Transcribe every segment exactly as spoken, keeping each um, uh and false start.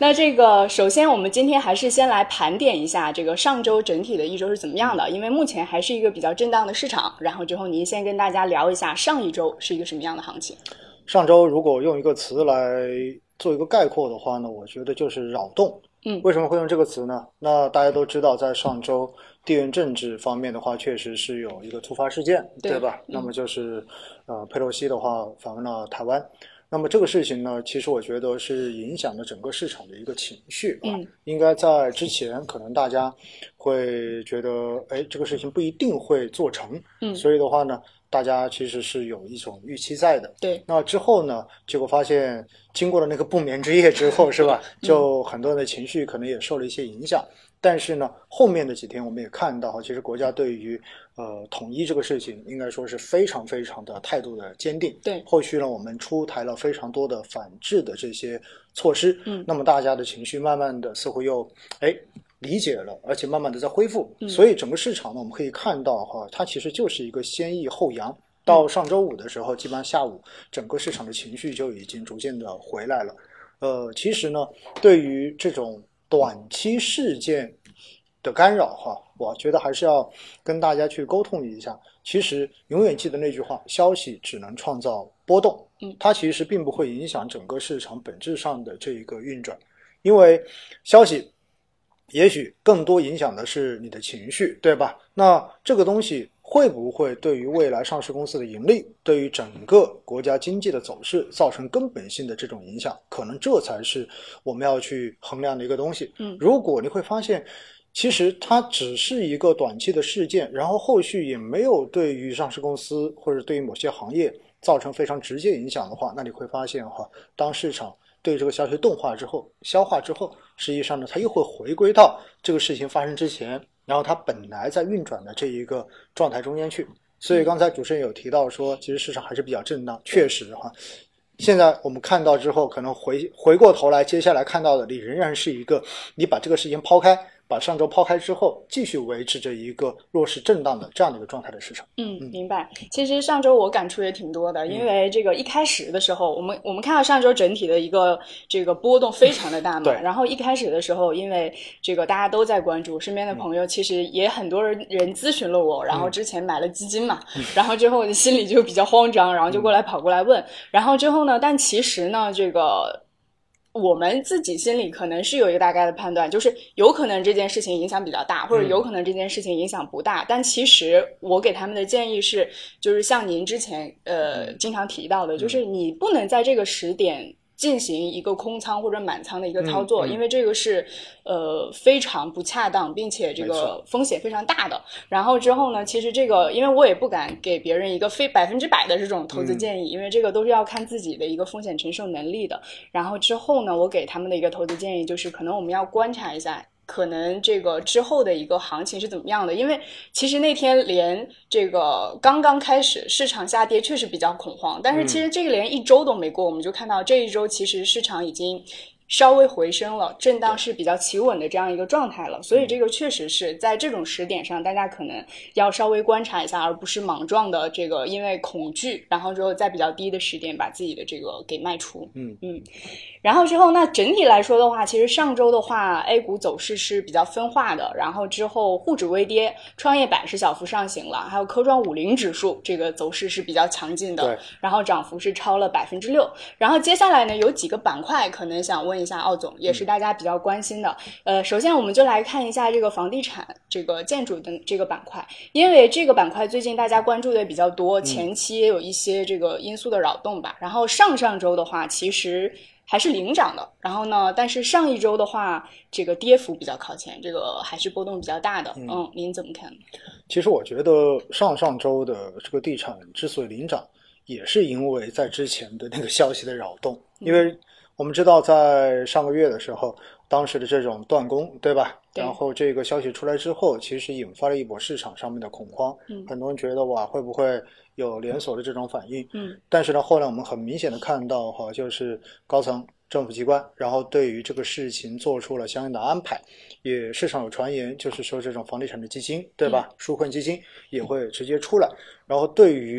那这个首先我们今天还是先来盘点一下这个上周整体的一周是怎么样的，因为目前还是一个比较震荡的市场，然后之后您先跟大家聊一下上一周是一个什么样的行情。 上周如果用一个词来做一个概括的话呢，我觉得就是扰动。 嗯， 为什么会用这个词呢？那大家都知道，在上周地缘政治方面的话，确实是有一个突发事件， 对, 对吧、嗯、那么就是呃，佩洛西的话访问了台湾。那么这个事情呢，其实我觉得是影响了整个市场的一个情绪啊。 嗯， 应该在之前可能大家会觉得，哎，这个事情不一定会做成。 嗯， 所以的话呢，大家其实是有一种预期在的。 对。 那之后呢，结果发现经过了那个不眠之夜之后，是吧？就很多人的情绪可能也受了一些影响。但是呢，后面的几天我们也看到，其实国家对于呃统一这个事情，应该说是非常非常的态度的坚定。 对， 后续呢，我们出台了非常多的反制的这些措施。 嗯， 那么大家的情绪慢慢的似乎又哎理解了，而且慢慢的在恢复。 嗯， 所以整个市场呢，我们可以看到哈，它其实就是一个先抑后扬。到上周五的时候，基本上下午整个市场的情绪就已经逐渐的回来了。呃，其实呢，对于这种短期事件的干扰哈，我觉得还是要跟大家去沟通一下。其实永远记得那句话，消息只能创造波动， 嗯， 它其实并不会影响整个市场本质上的这一个运转，因为消息也许更多影响的是你的情绪，对吧？那这个东西会不会对于未来上市公司的盈利，对于整个国家经济的走势造成根本性的这种影响，可能这才是我们要去衡量的一个东西。 嗯， 如果你会发现其实它只是一个短期的事件，然后后续也没有对于上市公司或者对于某些行业造成非常直接影响的话，那你会发现哈，当市场对这个消息钝化之后，消化之后，实际上呢，它又会回归到这个事情发生之前，然后它本来在运转的这一个状态中间去。所以刚才主持人有提到说，其实市场还是比较震荡，确实哈。现在我们看到之后，可能回回过头来，接下来看到的你仍然是一个，你把这个事情抛开，把上周抛开之后，继续维持着一个弱势震荡的这样的一个状态的市场。 嗯，明白。其实上周我感触也挺多的，因为这个一开始的时候，我们我们看到上周整体的一个这个波动非常的大嘛。 对。 然后一开始的时候，因为这个大家都在关注，身边的朋友其实也很多人人咨询了我，然后之前买了基金嘛， 嗯、 然后之后心里就比较慌张，然后就过来跑过来问，嗯、然后之后呢，但其实呢，这个。我们自己心里可能是有一个大概的判断，就是有可能这件事情影响比较大，或者有可能这件事情影响不大，嗯、但其实我给他们的建议是，就是像您之前呃经常提到的，就是你不能在这个时点进行一个空仓或者满仓的一个操作， 嗯嗯、 因为这个是呃非常不恰当，并且这个风险非常大的。然后之后呢，其实这个因为我也不敢给别人一个非百分之百的这种投资建议，嗯、因为这个都是要看自己的一个风险承受能力的。然后之后呢，我给他们的一个投资建议就是，可能我们要观察一下。可能这个之后的一个行情是怎么样的？因为其实那天连这个刚刚开始市场下跌确实比较恐慌，但是其实这个连一周都没过，我们就看到这一周其实市场已经稍微回升了，震荡是比较企稳的这样一个状态了，所以这个确实是在这种时点上大家可能要稍微观察一下，而不是莽撞的这个因为恐惧然后之后在比较低的时点把自己的这个给卖出。 嗯嗯，然后之后那整体来说的话，其实上周的话 A 股走势是比较分化的，然后之后沪指微跌，创业板是小幅上行了，还有科创五零指数这个走势是比较强劲的，然后涨幅是超了 百分之六。 然后接下来呢有几个板块可能想问一下奥总，也是大家比较关心的。呃，首先我们就来看一下这个房地产这个建筑的这个板块，因为这个板块最近大家关注的比较多，前期也有一些这个因素的扰动吧。然后上上周的话其实还是领涨的，然后呢，但是上一周的话，这个跌幅比较靠前，这个还是波动比较大的。嗯, 嗯，您怎么看？ 其实我觉得上上周的这个地产之所以领涨，也是因为在之前的那个消息的扰动，因为我们知道在上个月的时候，当时的这种断供，对吧？ 对， 然后这个消息出来之后，其实引发了一波市场上面的恐慌， 嗯， 很多人觉得哇，会不会有连锁的这种反应？ 嗯， 但是呢，后来我们很明显的看到哈，就是高层政府机关，然后对于这个事情做出了相应的安排，也市场有传言，就是说这种房地产的基金，对吧？纾困基金也会直接出来，然后对于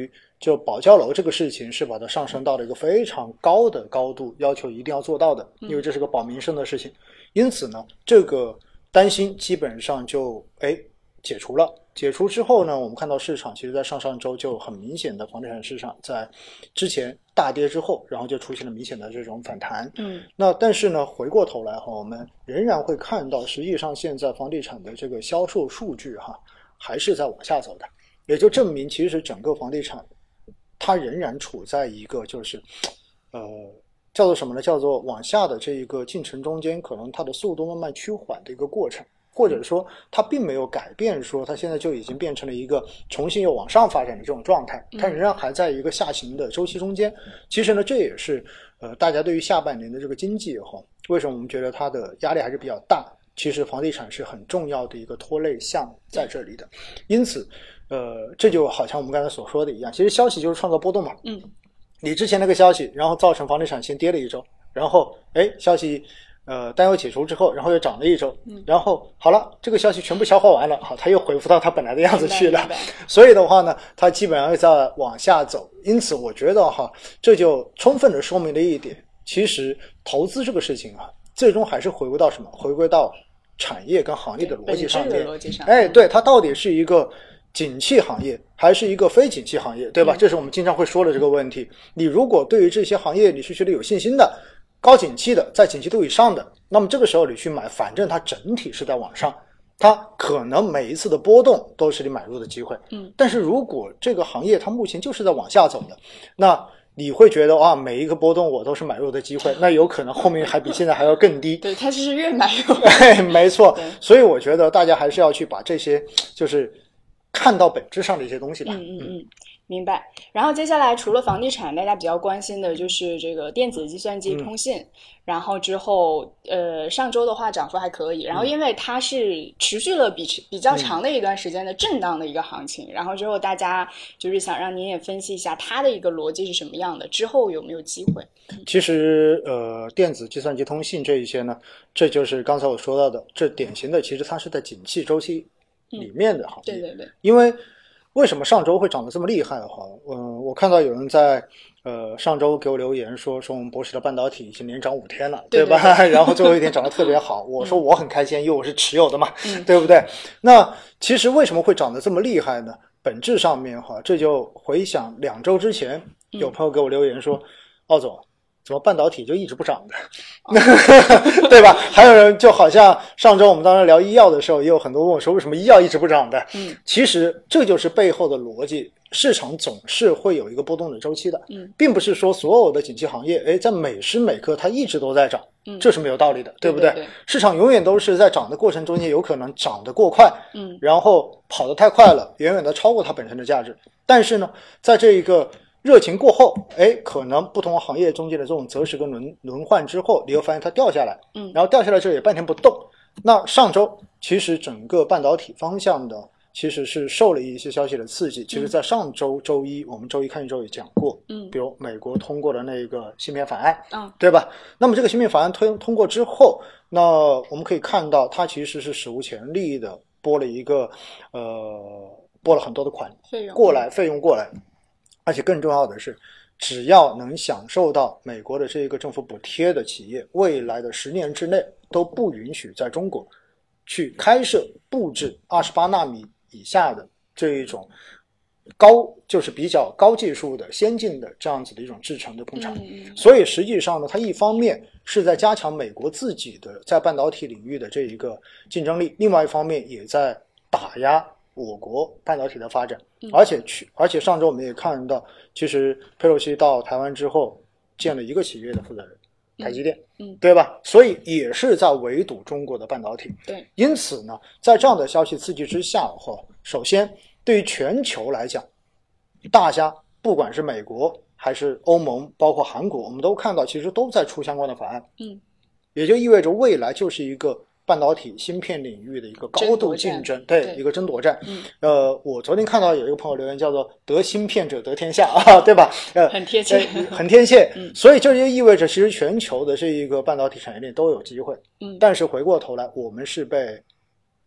就保交楼这个事情是把它上升到了一个非常高的高度，要求一定要做到的，因为这是个保民生的事情。因此呢，这个担心基本上就哎解除了。解除之后呢，我们看到市场其实在上上周就很明显的房地产市场在之前大跌之后，然后就出现了明显的这种反弹。 嗯， 那但是呢，回过头来哈，我们仍然会看到，实际上现在房地产的这个销售数据哈，还是在往下走的，也就证明其实整个房地产它仍然处在一个就是呃叫做什么呢？叫做往下的这一个进程中间，可能它的速度慢慢趋缓的一个过程。或者说它并没有改变，说它现在就已经变成了一个重新又往上发展的这种状态，它仍然还在一个下行的周期中间。其实呢，这也是呃大家对于下半年的这个经济哈，为什么我们觉得它的压力还是比较大？其实房地产是很重要的一个拖累项在这里的。因此，呃，这就好像我们刚才所说的一样，其实消息就是创造波动嘛。 嗯， 你之前那个消息，然后造成房地产先跌了一周，然后哎，消息。呃，担忧解除之后，然后又涨了一周， 嗯、 然后好了，这个消息全部消化完了，好，它又恢复到它本来的样子去了。所以的话呢，它基本上在往下走。因此，我觉得哈，这就充分的说明了一点，其实投资这个事情啊，最终还是回归到什么？回归到产业跟行业的逻辑上面。 逻辑上， 哎，对，它到底是一个景气行业还是一个非景气行业，对吧？嗯、这是我们经常会说的这个问题。你如果对于这些行业你是觉得有信心的，高景气的，在景气度以上的，那么这个时候你去买，反正它整体是在往上，它可能每一次的波动都是你买入的机会。 嗯， 但是如果这个行业它目前就是在往下走的，那你会觉得啊，每一个波动我都是买入的机会，那有可能后面还比现在还要更低。 对，它是越买越哎，没错。所以我觉得大家还是要去把这些就是看到本质上的一些东西吧。 嗯嗯嗯。明白。然后接下来除了房地产，大家比较关心的就是这个电子计算机、通信。嗯、然后之后，呃，上周的话涨幅还可以。然后因为它是持续了比比较长的一段时间的震荡的一个行情。嗯、然后之后大家就是想让您也分析一下它的一个逻辑是什么样的，之后有没有机会？ 其实，呃，电子计算机、通信这一些呢，这就是刚才我说到的，这典型的其实它是在景气周期里面的行业。 嗯、对对对， 因为。为什么上周会涨得这么厉害哈？嗯，我看到有人在呃上周给我留言说说我们博时的半导体已经连涨五天了， 对吧？ 对对然后最后一天涨得特别好，我说我很开心，因为我是持有的嘛， 嗯、 对不对？那其实为什么会涨得这么厉害呢？本质上面哈，这就回想两周之前，有朋友给我留言说，奥总。怎么半导体就一直不涨的，哦、对吧？还有人就好像上周我们当时聊医药的时候，也有很多问我说为什么医药一直不涨的。 嗯， 其实这就是背后的逻辑，市场总是会有一个波动的周期的。 嗯， 并不是说所有的景气行业，哎，在每时每刻它一直都在涨， 嗯， 这是没有道理的，对不对？ 对对对， 市场永远都是在涨的过程中间，有可能涨得过快， 嗯， 然后跑得太快了，远远的超过它本身的价值。但是呢，在这一个热情过后，哎，可能不同行业中间的这种择时跟轮轮换之后，你又发现它掉下来， 嗯， 然后掉下来之后也半天不动。那上周其实整个半导体方向的其实是受了一些消息的刺激。其实在上周周一，我们周一看一周也讲过， 嗯， 比如美国通过了那个芯片法案， 嗯， 对吧？那么这个芯片法案推通过之后，那我们可以看到它其实是史无前例的拨了一个呃拨了很多的款费用过来，费用过来。而且更重要的是，只要能享受到美国的这个政府补贴的企业，未来的十年之内都不允许在中国去开设布置二十八纳米以下的这一种高，就是比较高技术的先进的这样子的一种制程的工厂。 嗯、 所以实际上呢，它一方面是在加强美国自己的在半导体领域的这一个竞争力，另外一方面也在打压我国半导体的发展。而且去，而且上周我们也看到，其实佩洛西到台湾之后见了一个企业的负责人，台积电， 嗯， 对吧？所以也是在围堵中国的半导体。 对， 因此呢，在这样的消息刺激之下，哈，首先对于全球来讲，大家不管是美国还是欧盟，包括韩国，我们都看到其实都在出相关的法案。 嗯， 也就意味着未来就是一个半导体芯片领域的一个高度竞争，对，对一个争夺战。 嗯， 呃，我昨天看到有一个朋友留言叫做“得芯片者得天下”啊，对吧？呃， 很贴切， 呃、很贴切。 嗯， 所以这就意味着，其实全球的这一个半导体产业链都有机会。 嗯， 但是回过头来，我们是被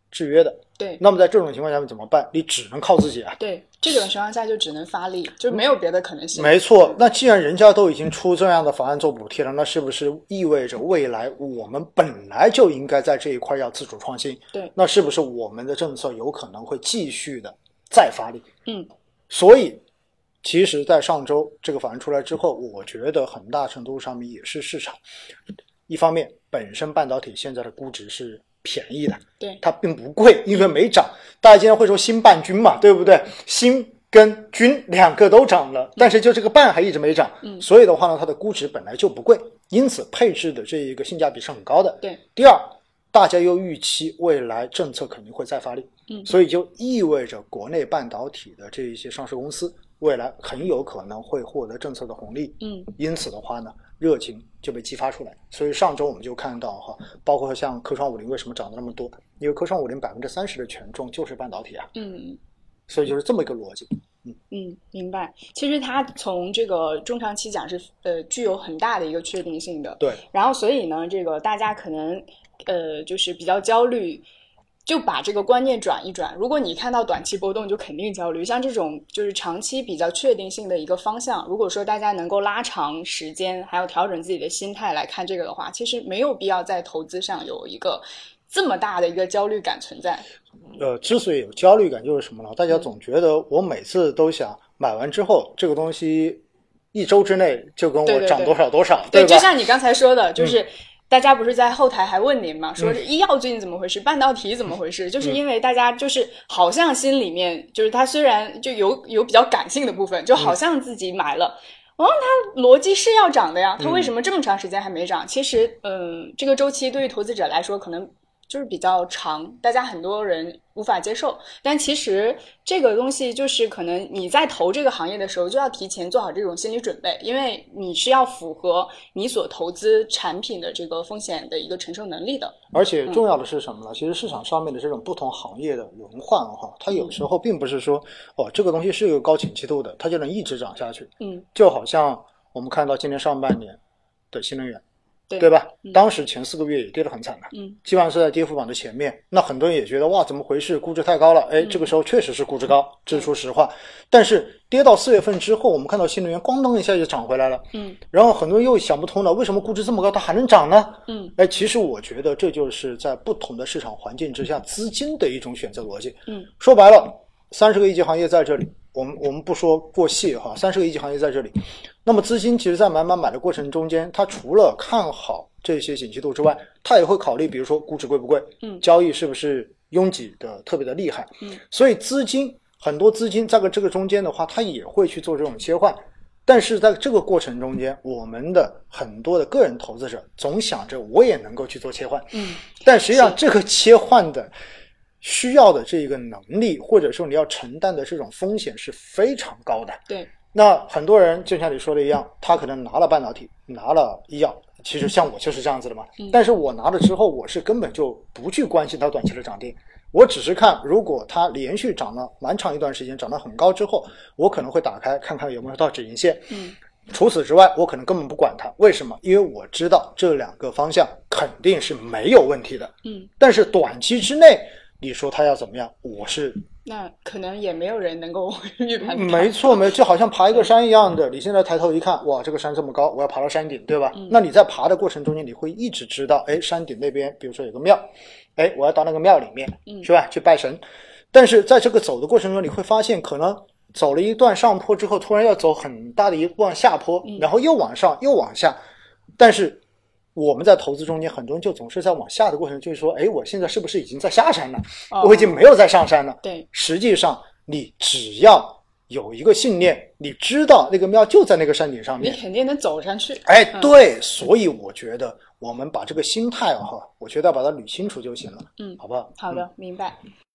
制约的。 对， 那么在这种情况下面怎么办？你只能靠自己啊。 对，这种情况下就只能发力，就没有别的可能性。 没错，那既然人家都已经出这样的方案做补贴了，那是不是意味着未来我们本来就应该在这一块要自主创新？ 对， 那是不是我们的政策有可能会继续的再发力？ 嗯， 所以其实在上周这个法案出来之后，我觉得很大程度上面也是市场一方面本身半导体现在的估值是便宜的， 对， 它并不贵，因为没涨。大家经常会说新半均嘛，对不对？新跟均两个都涨了，但是就这个半还一直没涨， 嗯， 所以的话呢，它的估值本来就不贵，因此配置的这一个性价比是很高的。 对， 第二，大家又预期未来政策肯定会再发力， 嗯， 所以就意味着国内半导体的这一些上市公司未来很有可能会获得政策的红利， 嗯， 因此的话呢，热情就被激发出来。所以上周我们就看到哈，包括像科创五零为什么涨得那么多，因为科创五零百分之三十的权重就是半导体啊， 嗯， 所以就是这么一个逻辑。 嗯嗯，明白。其实它从这个中长期讲是呃具有很大的一个确定性的， 对。 然后所以呢，这个大家可能呃就是比较焦虑。就把这个观念转一转，如果你看到短期波动就肯定焦虑，像这种就是长期比较确定性的一个方向，如果说大家能够拉长时间还要调整自己的心态来看这个的话，其实没有必要在投资上有一个这么大的一个焦虑感存在。 呃，之所以有焦虑感就是什么呢？大家总觉得我每次都想买完之后这个东西一周之内就跟我涨多少多少， 对, 对, 对, 对吧？ 就像你刚才说的，就是、嗯大家不是在后台还问您吗？说嗯医药最近怎么回事，半导体怎么回事？就是因为大家就是好像心里面就是他虽然就有有比较感性的部分，就好像自己买了，哦，它逻辑是要涨的呀，它为什么这么长时间还没涨？其实，嗯，这个周期对于投资者来说可能就是比较长，大家很多人无法接受。但其实这个东西就是可能你在投这个行业的时候就要提前做好这种心理准备，因为你是要符合你所投资产品的这个风险的一个承受能力的。 而且重要的是什么呢？嗯、其实市场上面的这种不同行业的轮换哈，它有时候并不是说哦这个东西是有高景气度的，它就能一直涨下去。 嗯， 就好像我们看到今年上半年的新能源。 对, 对吧、 嗯、 当时前四个月也跌得很惨的， 嗯， 基本上是在跌幅榜的前面。那很多人也觉得哇怎么回事，估值太高了。哎，这个时候确实是估值高，这是说实话。但是跌到四月份之后，我们看到新能源咣当一下就涨回来了， 嗯， 然后很多人又想不通了，为什么估值这么高它还能涨呢？ 嗯， 哎，其实我觉得这就是在不同的市场环境之下资金的一种选择逻辑。 嗯， 说白了三十个一级行业在这里，我们我们不说过细哈，三十个一级行业在这里，那么资金其实在买买买的过程中间，它除了看好这些景气度之外，它也会考虑比如说估值贵不贵， 嗯， 交易是不是拥挤的特别的厉害， 嗯， 所以资金很多资金在这个中间的话，它也会去做这种切换。但是在这个过程中间，我们的很多的个人投资者总想着我也能够去做切换， 嗯， 但实际上这个切换的需要的这个能力，或者说你要承担的这种风险是非常高的。 对， 那很多人就像你说的一样，他可能拿了半导体，拿了医药，其实像我就是这样子的嘛。 嗯、 但是我拿了之后，我是根本就不去关心它短期的涨跌，我只是看如果它连续涨了蛮长一段时间，涨得很高之后，我可能会打开看看有没有到止盈线。 嗯， 除此之外，我可能根本不管它。为什么？因为我知道这两个方向肯定是没有问题的。 嗯， 但是短期之内，你说它要怎么样，我是那可能也没有人能够预判。 没错，没就好像爬一个山一样的。你现在抬头一看，哇，这个山这么高，我要爬到山顶，对吧？ 嗯、 那你在爬的过程中间，你会一直知道，哎，山顶那边，比如说有个庙，哎，我要到那个庙里面， 嗯， 是吧？去拜神。但是在这个走的过程中，你会发现，可能走了一段上坡之后，突然要走很大的一段下坡， 嗯、 然后又往上，又往下。但是我们在投资中间，很多人就总是在往下的过程，就是说，哎，我现在是不是已经在下山了？ 哦、 我已经没有在上山了。 对， 实际上你只要有一个信念，你知道那个庙就在那个山顶上面， 你肯定能走上去。 哎，对，嗯、所以我觉得我们把这个心态哈，我觉得要把它捋清楚就行了。 嗯， 好不好？ 好的， 嗯、 明白。